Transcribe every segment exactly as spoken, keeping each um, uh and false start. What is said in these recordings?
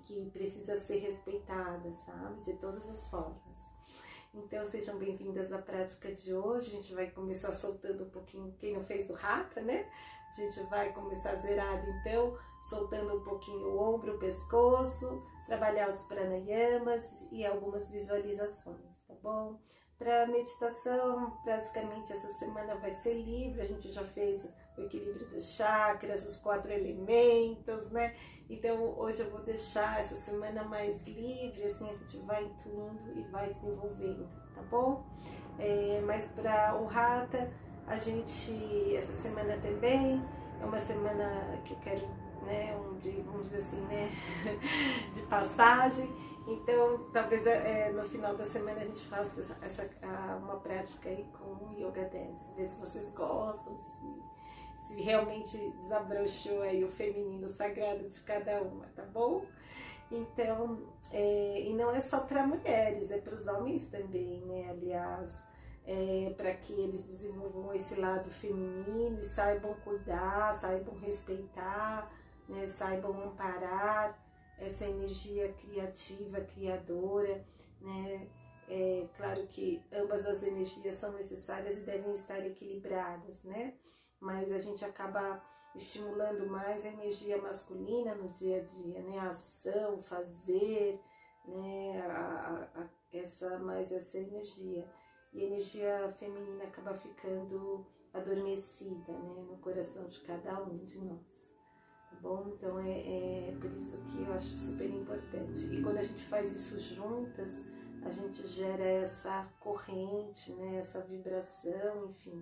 que precisa ser respeitada, sabe? De todas as formas. Então, sejam bem-vindas à prática de hoje. A gente vai começar soltando um pouquinho, quem não fez o Hatha, né? A gente vai começar zerado, então, soltando um pouquinho o ombro, o pescoço, trabalhar os pranayamas e algumas visualizações, tá bom? Para meditação, basicamente, essa semana vai ser livre. A gente já fez o equilíbrio dos chakras, os quatro elementos, né? Então, hoje eu vou deixar essa semana mais livre, assim, a gente vai intuindo e vai desenvolvendo, tá bom? É, mas para o Hatha, a gente, essa semana também, é uma semana que eu quero, né, um de, vamos dizer assim, né, de passagem. Então, talvez é, no final da semana a gente faça essa, essa, uma prática aí com o Yoga Dance, ver se vocês gostam, se, se realmente desabrochou aí o feminino sagrado de cada uma, tá bom? Então, é, e não é só para mulheres, é para os homens também, né, aliás, é, para que eles desenvolvam esse lado feminino e saibam cuidar, saibam respeitar, né, saibam amparar essa energia criativa, criadora, né? É claro que ambas as energias são necessárias e devem estar equilibradas, né? Mas a gente acaba estimulando mais a energia masculina no dia a dia, né? A ação, fazer, né? A, a, a, essa, mais essa energia. E a energia feminina acaba ficando adormecida, né? No coração de cada um de nós. Bom, então é, é por isso que eu acho super importante. E quando a gente faz isso juntas, a gente gera essa corrente, né, essa vibração, enfim,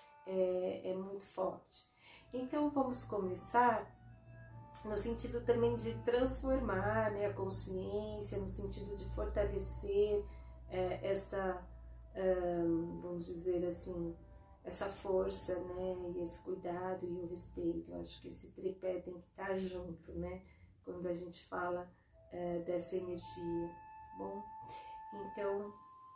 é, é muito forte. Então vamos começar no sentido também de transformar, né, a consciência, no sentido de fortalecer é, essa, um, vamos dizer assim, essa força, né, e esse cuidado e o respeito. Eu acho que esse tripé tem que estar junto, né, quando a gente fala uh, dessa energia, tá bom? Então,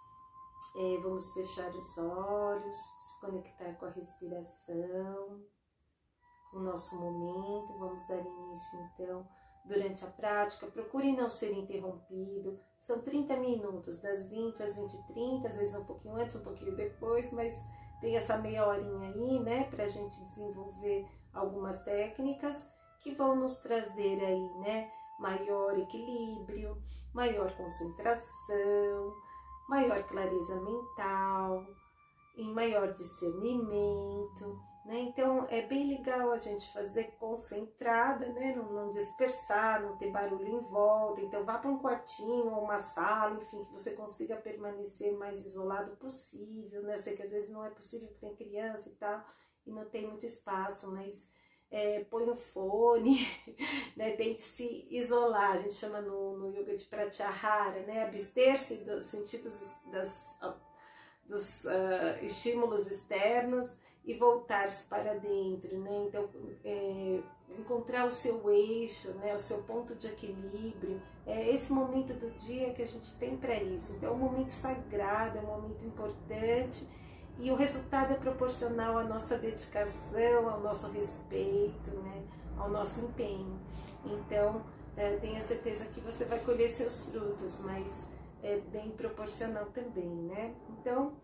eh, vamos fechar os olhos, se conectar com a respiração, com o nosso momento. Vamos dar início, então, durante a prática. Procure não ser interrompido. São trinta minutos, das vinte às vinte e trinta, às vezes um pouquinho antes, um pouquinho depois, mas tem essa meia horinha aí, né, para a gente desenvolver algumas técnicas que vão nos trazer aí, né, maior equilíbrio, maior concentração, maior clareza mental, e maior discernimento, né? Então é bem legal a gente fazer concentrada, né? Não, não dispersar, não ter barulho em volta. Então vá para um quartinho ou uma sala, enfim, que você consiga permanecer mais isolado possível, né? Eu sei que às vezes não é possível porque tem criança e tal, e não tem muito espaço, mas é, põe o fone, né? Tente se isolar, a gente chama no, no yoga de pratyahara, né? Abster-se dos sentidos das, dos uh, estímulos externos e voltar-se para dentro, né? Então, é, encontrar o seu eixo, né? O seu ponto de equilíbrio. É esse momento do dia que a gente tem para isso. Então, é um momento sagrado, é um momento importante. E o resultado é proporcional à nossa dedicação, ao nosso respeito, né? Ao nosso empenho. Então, é, tenha certeza que você vai colher seus frutos, mas é bem proporcional também, né? Então,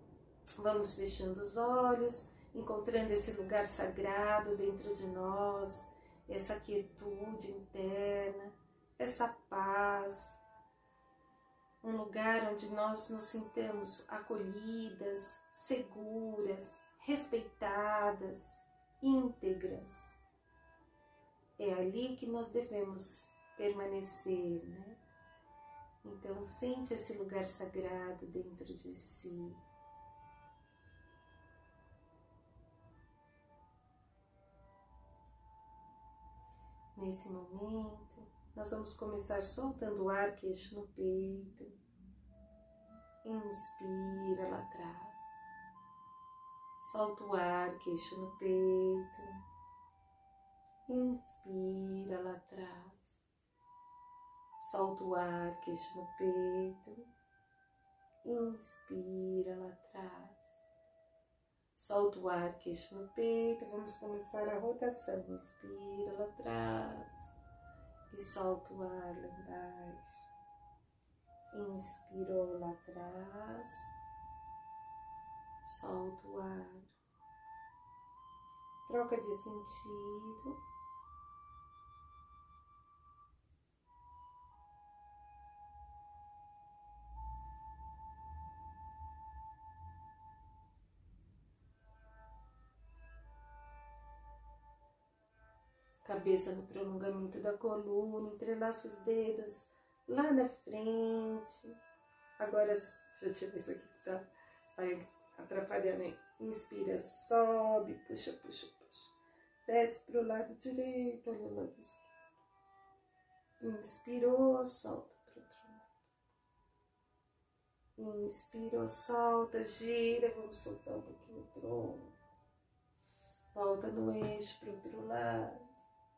vamos fechando os olhos, encontrando esse lugar sagrado dentro de nós, essa quietude interna, essa paz, um lugar onde nós nos sintamos acolhidas, seguras, respeitadas, íntegras. É ali que nós devemos permanecer, né? Então, sente esse lugar sagrado dentro de si. Nesse momento, nós vamos começar soltando o ar, queixo no peito. Inspira lá atrás. Solta o ar, queixo no peito. Inspira lá atrás. Solta o ar, queixo no peito. Inspira lá atrás. Solta o ar, queixo no peito. Vamos começar a rotação. Inspira lá atrás. e solta o ar lá embaixo. Inspirou lá atrás, solta o ar. Troca de sentido. Cabeça no prolongamento da coluna, entrelaça os dedos lá na frente. Agora, deixa eu te ver isso aqui que tá vai atrapalhando, hein? Inspira, sobe, puxa, puxa, puxa. Desce pro lado direito, olha o lado esquerdo. Inspirou, solta pro outro lado. Inspirou, solta, gira, vamos soltar um pouquinho o tronco. Volta no eixo pro outro lado.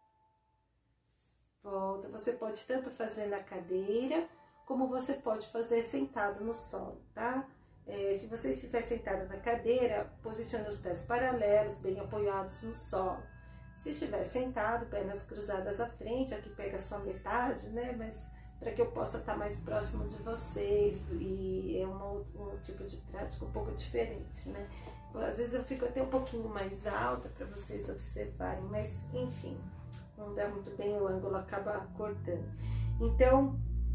Volta, você pode tanto fazer na cadeira, como você pode fazer sentado no solo, tá? É, se você estiver sentado na cadeira, posicione os pés paralelos, bem apoiados no solo. Se estiver sentado, pernas cruzadas à frente, aqui pega só metade, né? Mas para que eu possa estar mais próximo de vocês, e é uma, um tipo de prática um pouco diferente, né? Às vezes eu fico até um pouquinho mais alta para vocês observarem, mas enfim, não dá muito bem, o ângulo acaba cortando. Então,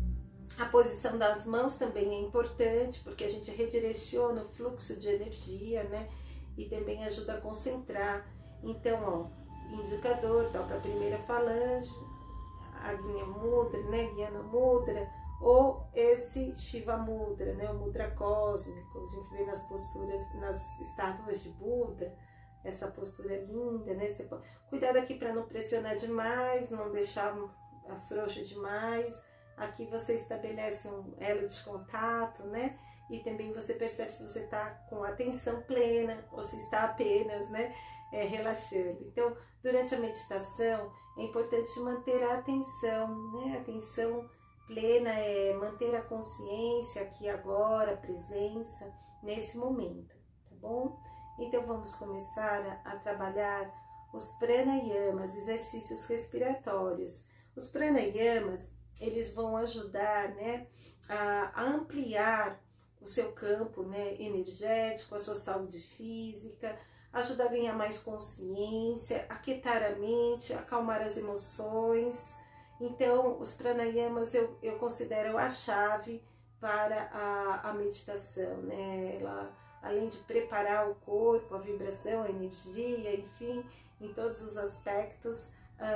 a posição das mãos também é importante, porque a gente redireciona o fluxo de energia, né? E também ajuda a concentrar. Então, ó, indicador, toca a primeira falange, Agnya Mudra, né? Jnana Mudra, ou esse Shiva Mudra, né? O Mudra cósmico. A gente vê nas posturas, nas estátuas de Buda, essa postura linda, né? Você pode... Cuidado aqui para não pressionar demais, não deixar afrouxo demais. Aqui você estabelece um elo de contato, né? E também você percebe se você está com atenção plena ou se está apenas, né, é, relaxando. Então, durante a meditação, é importante manter a atenção, né? A atenção plena é manter a consciência aqui agora, a presença nesse momento, tá bom? Então, vamos começar a, a trabalhar os pranayamas, exercícios respiratórios. Os pranayamas, eles vão ajudar, né, a, a ampliar o seu campo, né, energético, a sua saúde física, ajudar a ganhar mais consciência, aquietar a mente, acalmar as emoções. Então, os pranayamas eu, eu considero a chave para a, a meditação, né? Ela, além de preparar o corpo, a vibração, a energia, enfim, em todos os aspectos,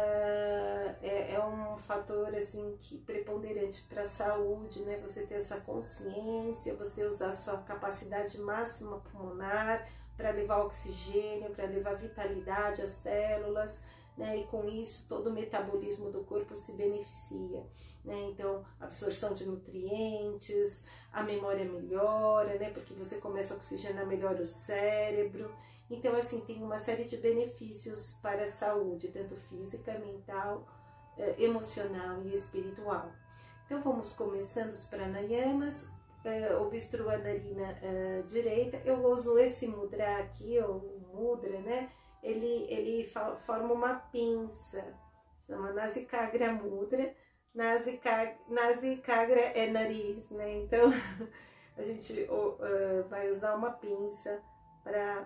Uh, é, é um fator assim que preponderante para a saúde, né? Você ter essa consciência, você usar a sua capacidade máxima pulmonar para levar oxigênio, para levar vitalidade às células, né? E com isso todo o metabolismo do corpo se beneficia, né? Então, absorção de nutrientes, a memória melhora, né? Porque você começa a oxigenar melhor o cérebro. Então, assim, tem uma série de benefícios para a saúde, tanto física, mental, emocional e espiritual. Então, vamos começando os pranayamas, obstrua a narina direita. Eu uso esse mudra aqui, o mudra, né? Ele, ele forma uma pinça, chama Nasikagra Mudra. Nasikagra, Nasikagra é nariz, né? Então, a gente vai usar uma pinça para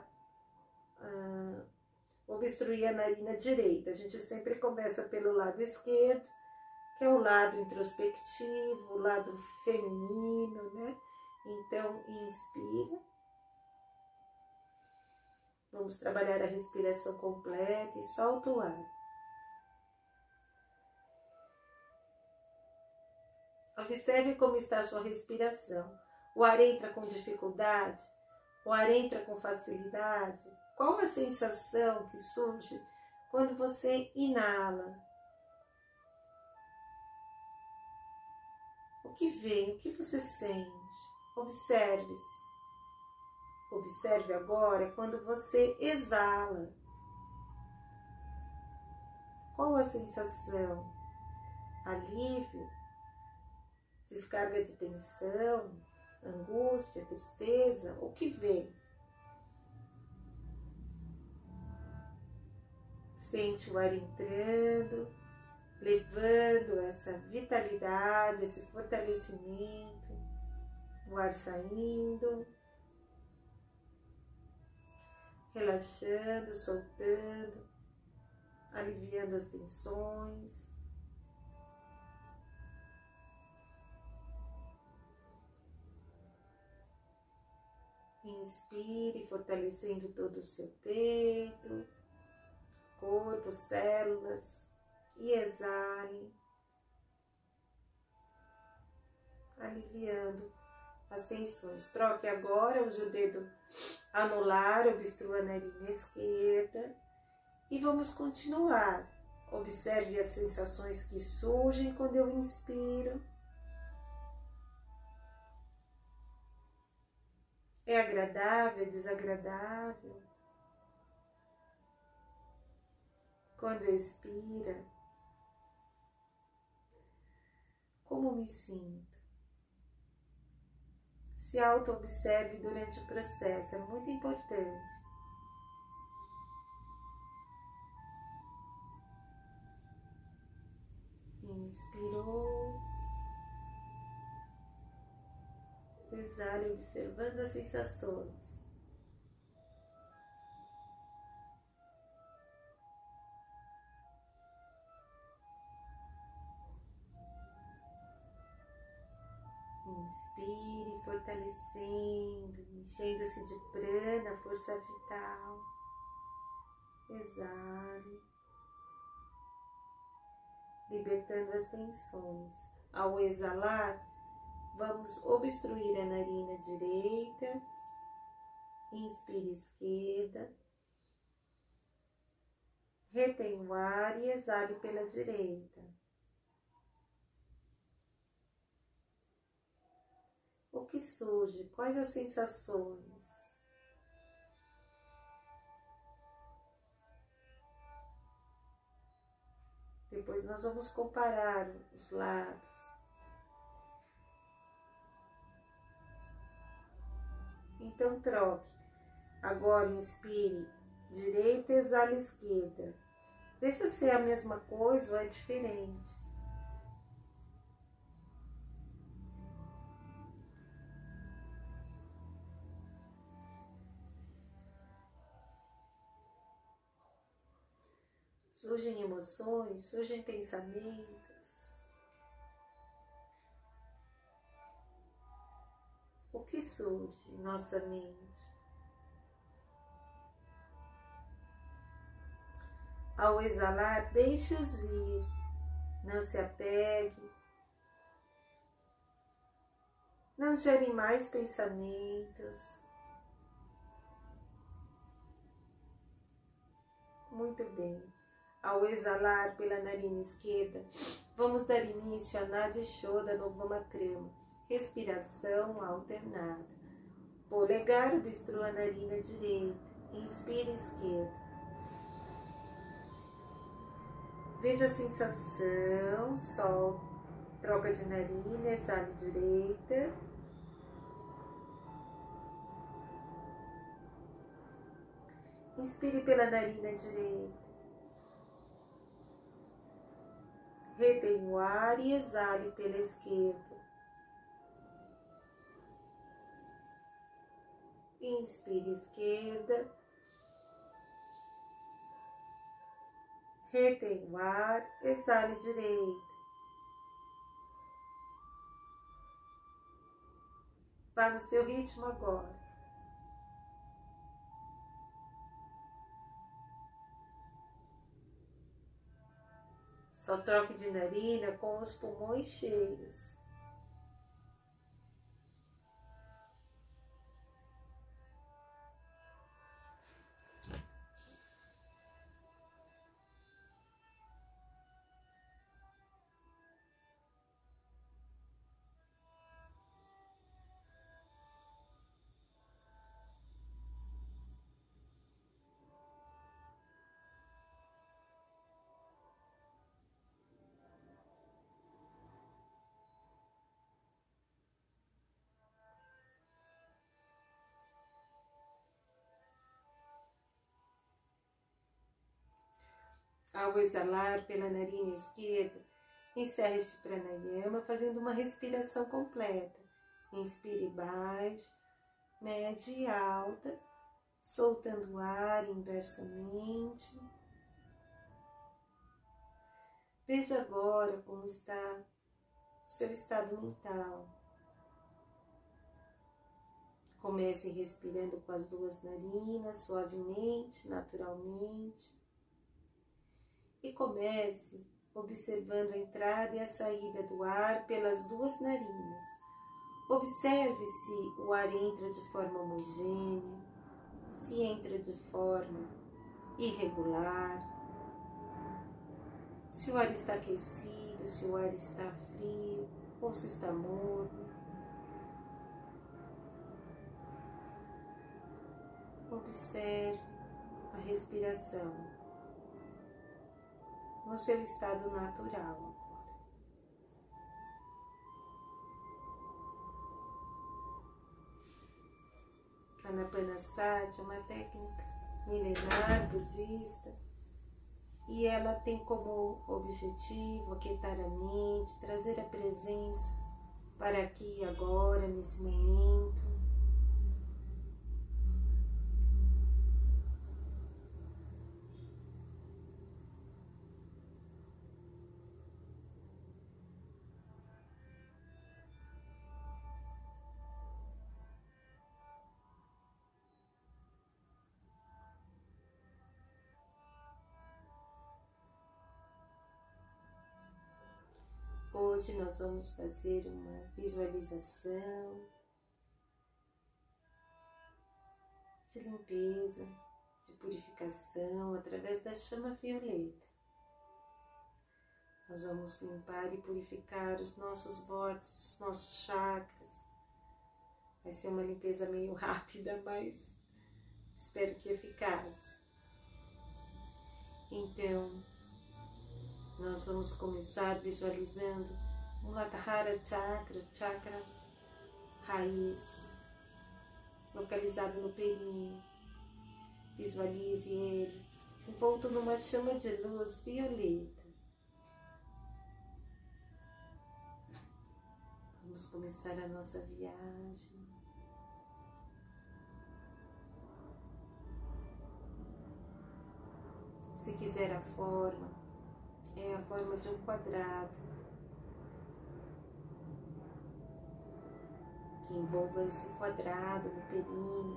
Uh, obstruir a narina direita. A gente sempre começa pelo lado esquerdo, que é o lado introspectivo, o lado feminino, né? Então, inspira. Vamos trabalhar a respiração completa e solta o ar. Observe como está a sua respiração. O ar entra com dificuldade? O ar entra com facilidade? Qual a sensação que surge quando você inala? O que vem? O que você sente? Observe-se. Observe agora quando você exala. Qual a sensação? Alívio? Descarga de tensão? Angústia? Tristeza? O que vem? Sente o ar entrando, levando essa vitalidade, esse fortalecimento, o ar saindo, relaxando, soltando, aliviando as tensões. Inspire, fortalecendo todo o seu peito, corpo, células, e exale, aliviando as tensões. Troque agora, use o dedo anular, obstrua a narina esquerda e vamos continuar. Observe as sensações que surgem quando eu inspiro. É agradável, é desagradável? Quando expira, como me sinto? Se auto-observe durante o processo, é muito importante. Inspirou, exale, observando as sensações. Inspire, fortalecendo, enchendo-se de prana, força vital. Exale, libertando as tensões. Ao exalar, vamos obstruir a narina direita, inspire esquerda, retém o ar e exale pela direita. O que surge? Quais as sensações? Depois nós vamos comparar os lados. Então troque. Agora inspire direita, exale esquerda. Deixa ser a mesma coisa ou é diferente. Surgem emoções, surgem pensamentos. O que surge em nossa mente? Ao exalar, deixe-os ir, não se apegue, não gere mais pensamentos. Muito bem. Ao exalar pela narina esquerda, vamos dar início a Nadi Shodhana Novamakrama, respiração alternada. Polegar obstrua a narina direita, inspira esquerda. Veja a sensação, sol, troca de narina, exale direita. Inspire pela narina direita. Retém o ar e exale pela esquerda. Inspire esquerda. Retém o ar, exale direita. Vá no seu ritmo agora. Só troque de narina com os pulmões cheios. Ao exalar pela narina esquerda, encerre este pranayama fazendo uma respiração completa. Inspire baixo, média e alta, soltando o ar inversamente. Veja agora como está o seu estado mental. Comece respirando com as duas narinas, suavemente, naturalmente. E comece observando a entrada e a saída do ar pelas duas narinas. Observe se o ar entra de forma homogênea, se entra de forma irregular, se o ar está aquecido, se o ar está frio ou se está morno. Observe a respiração no seu estado natural agora. Anapanasati é uma técnica milenar budista e ela tem como objetivo aquietar a mente, trazer a presença para aqui e agora, nesse momento. Hoje nós vamos fazer uma visualização de limpeza, de purificação através da chama violeta. Nós vamos limpar e purificar os nossos vórtices, os nossos chakras. Vai ser uma limpeza meio rápida, mas espero que eficaz. Então, nós vamos começar visualizando o Muladhara Chakra, chakra raiz, localizado no períneo. Visualize ele envolto numa chama de luz violeta. Vamos começar a nossa viagem. Se quiser a forma, é a forma de um quadrado. Que envolva esse quadrado no períneo.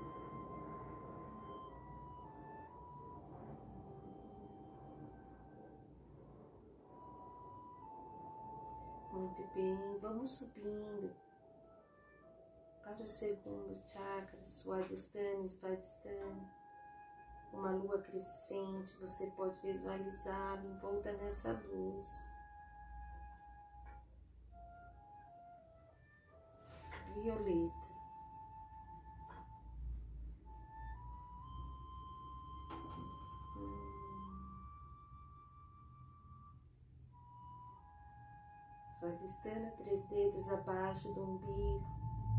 Muito bem, vamos subindo para o segundo chakra, Swadhisthana, Svadhisthana. Uma lua crescente, você pode visualizá-la envolta nessa luz. Violeta. Hum. Swadhisthana, três dedos abaixo do umbigo.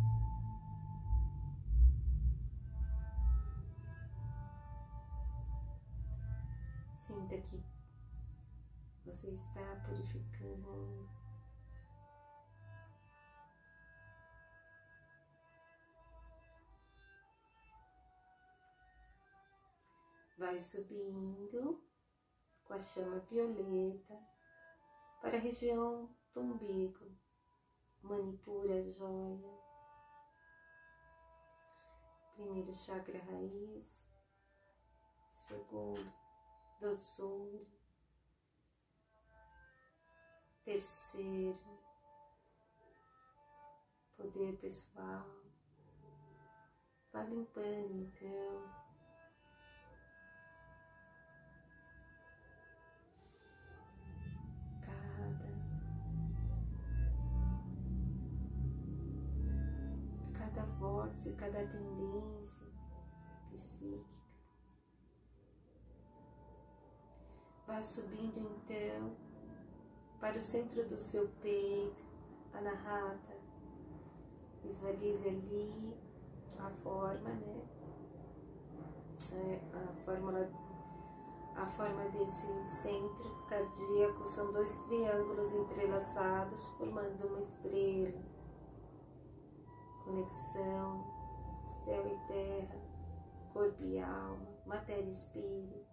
Sinta que você está purificando. Vai subindo com a chama violeta para a região do umbigo, Manipura, joia. Primeiro chakra raiz, segundo doçura, terceiro, poder pessoal. Vá limpando então cada cada vórtice, cada tendência psíquica. Vá subindo então para o centro do seu peito, Anahata. Visualize ali a forma, né? É, a fórmula, A forma desse centro cardíaco são dois triângulos entrelaçados, formando uma estrela. Conexão, céu e terra, corpo e alma, matéria e espírito.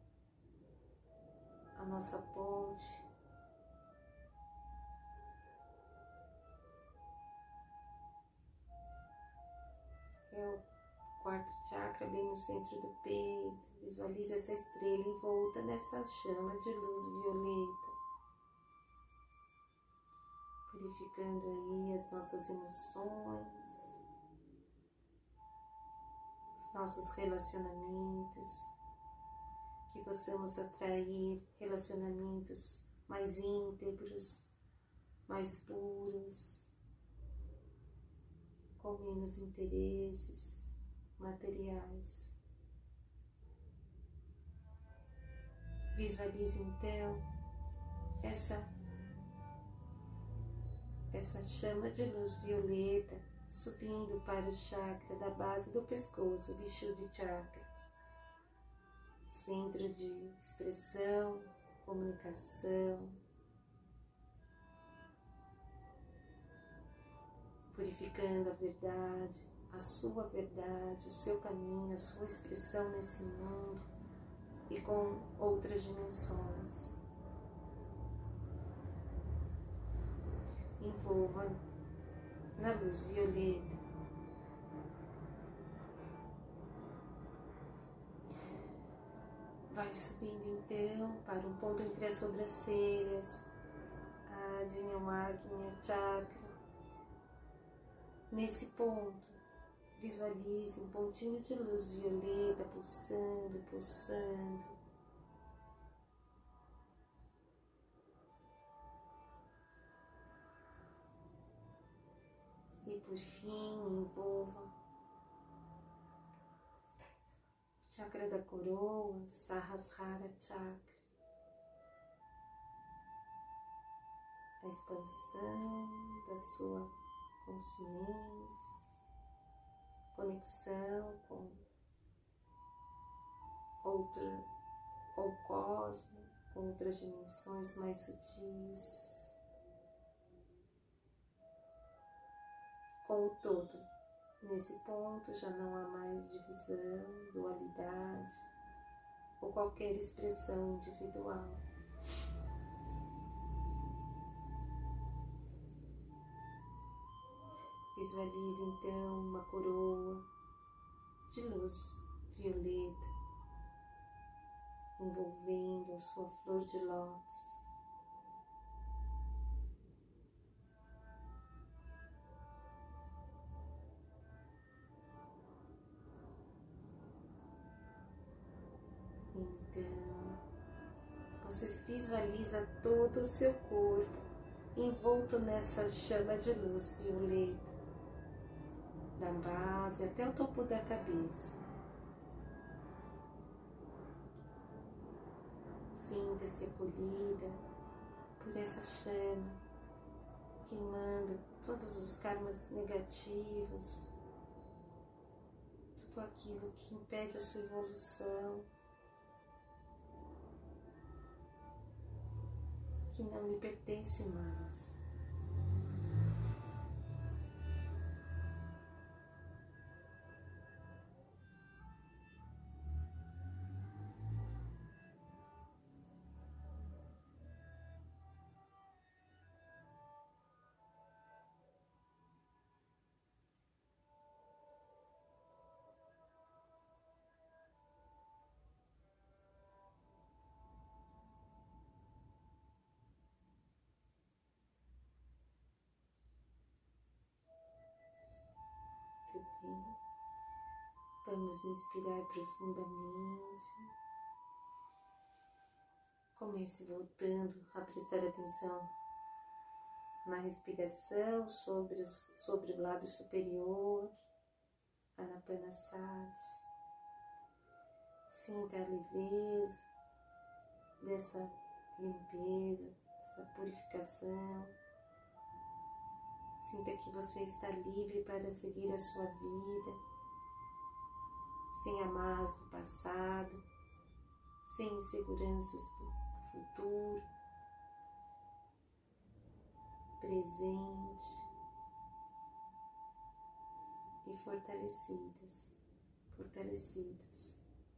A nossa ponte. É o quarto chakra, bem no centro do peito. Visualize essa estrela envolta nessa chama de luz violeta, purificando aí as nossas emoções, os nossos relacionamentos, que possamos atrair relacionamentos mais íntegros, mais puros, com menos interesses materiais. Visualize então essa, essa chama de luz violeta subindo para o chakra da base do pescoço, Vishuddhi Chakra, centro de expressão, comunicação, purificando a verdade, a sua verdade, o seu caminho, a sua expressão nesse mundo e com outras dimensões. Envolva na luz violeta. Vai subindo então para um ponto entre as sobrancelhas, Ajna Agnya Chakra. Nesse ponto, visualize um pontinho de luz violeta pulsando, pulsando. E por fim, envolva o chakra da coroa, Sahasrara Chakra. A expansão da sua consciência, conexão com outra, com o cosmos, com outras dimensões mais sutis, com o todo. Nesse ponto já não há mais divisão, dualidade ou qualquer expressão individual. Visualize então uma coroa de luz violeta envolvendo a sua flor de lótus. Então, você visualiza todo o seu corpo envolto nessa chama de luz violeta, da base até o topo da cabeça. Sinta-se acolhida por essa chama, queimando todos os karmas negativos, tudo aquilo que impede a sua evolução, que não lhe pertence mais. Muito bem. Vamos inspirar profundamente. Comece voltando a prestar atenção na respiração sobre, os, sobre o lábio superior, Anapanasati. Sinta a leveza dessa limpeza, dessa purificação. Sinta que você está livre para seguir a sua vida, sem amarras do passado, sem inseguranças do futuro, presente e fortalecidas, fortalecidos.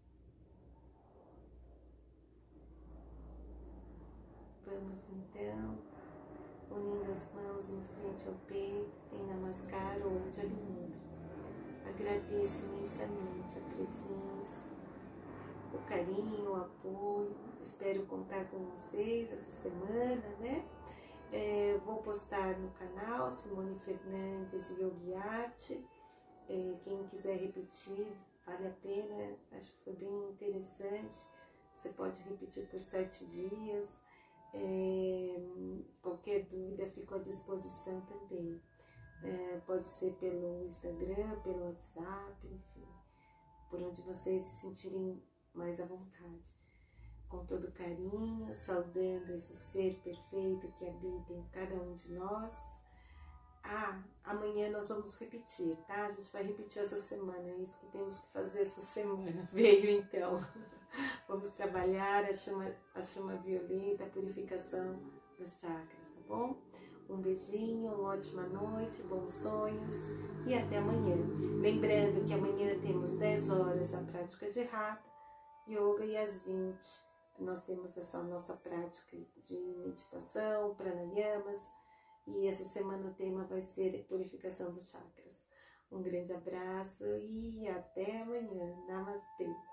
Vamos então, unindo as mãos em frente ao peito, em Namaskar ou Anjali Mudra. Agradeço imensamente a presença, o carinho, o apoio. Espero contar com vocês essa semana, né? É, vou postar no canal Simone Fernandes Yogi Art. É, quem quiser repetir, vale a pena. Acho que foi bem interessante. Você pode repetir por sete dias. É, qualquer dúvida fico à disposição também. É, pode ser pelo Instagram, pelo WhatsApp, enfim, por onde vocês se sentirem mais à vontade. Com todo carinho, saudando esse ser perfeito que habita em cada um de nós. Ah, amanhã nós vamos repetir, tá? A gente vai repetir essa semana, é isso que temos que fazer essa semana. Veio então. Vamos trabalhar a chama, a chama violeta, a purificação dos chakras, tá bom? Um beijinho, uma ótima noite, bons sonhos e até amanhã. Lembrando que amanhã temos dez horas a prática de Hatha Yoga e às vinte nós temos essa nossa prática de meditação, pranayamas, e essa semana o tema vai ser purificação dos chakras. Um grande abraço e até amanhã. Namastê!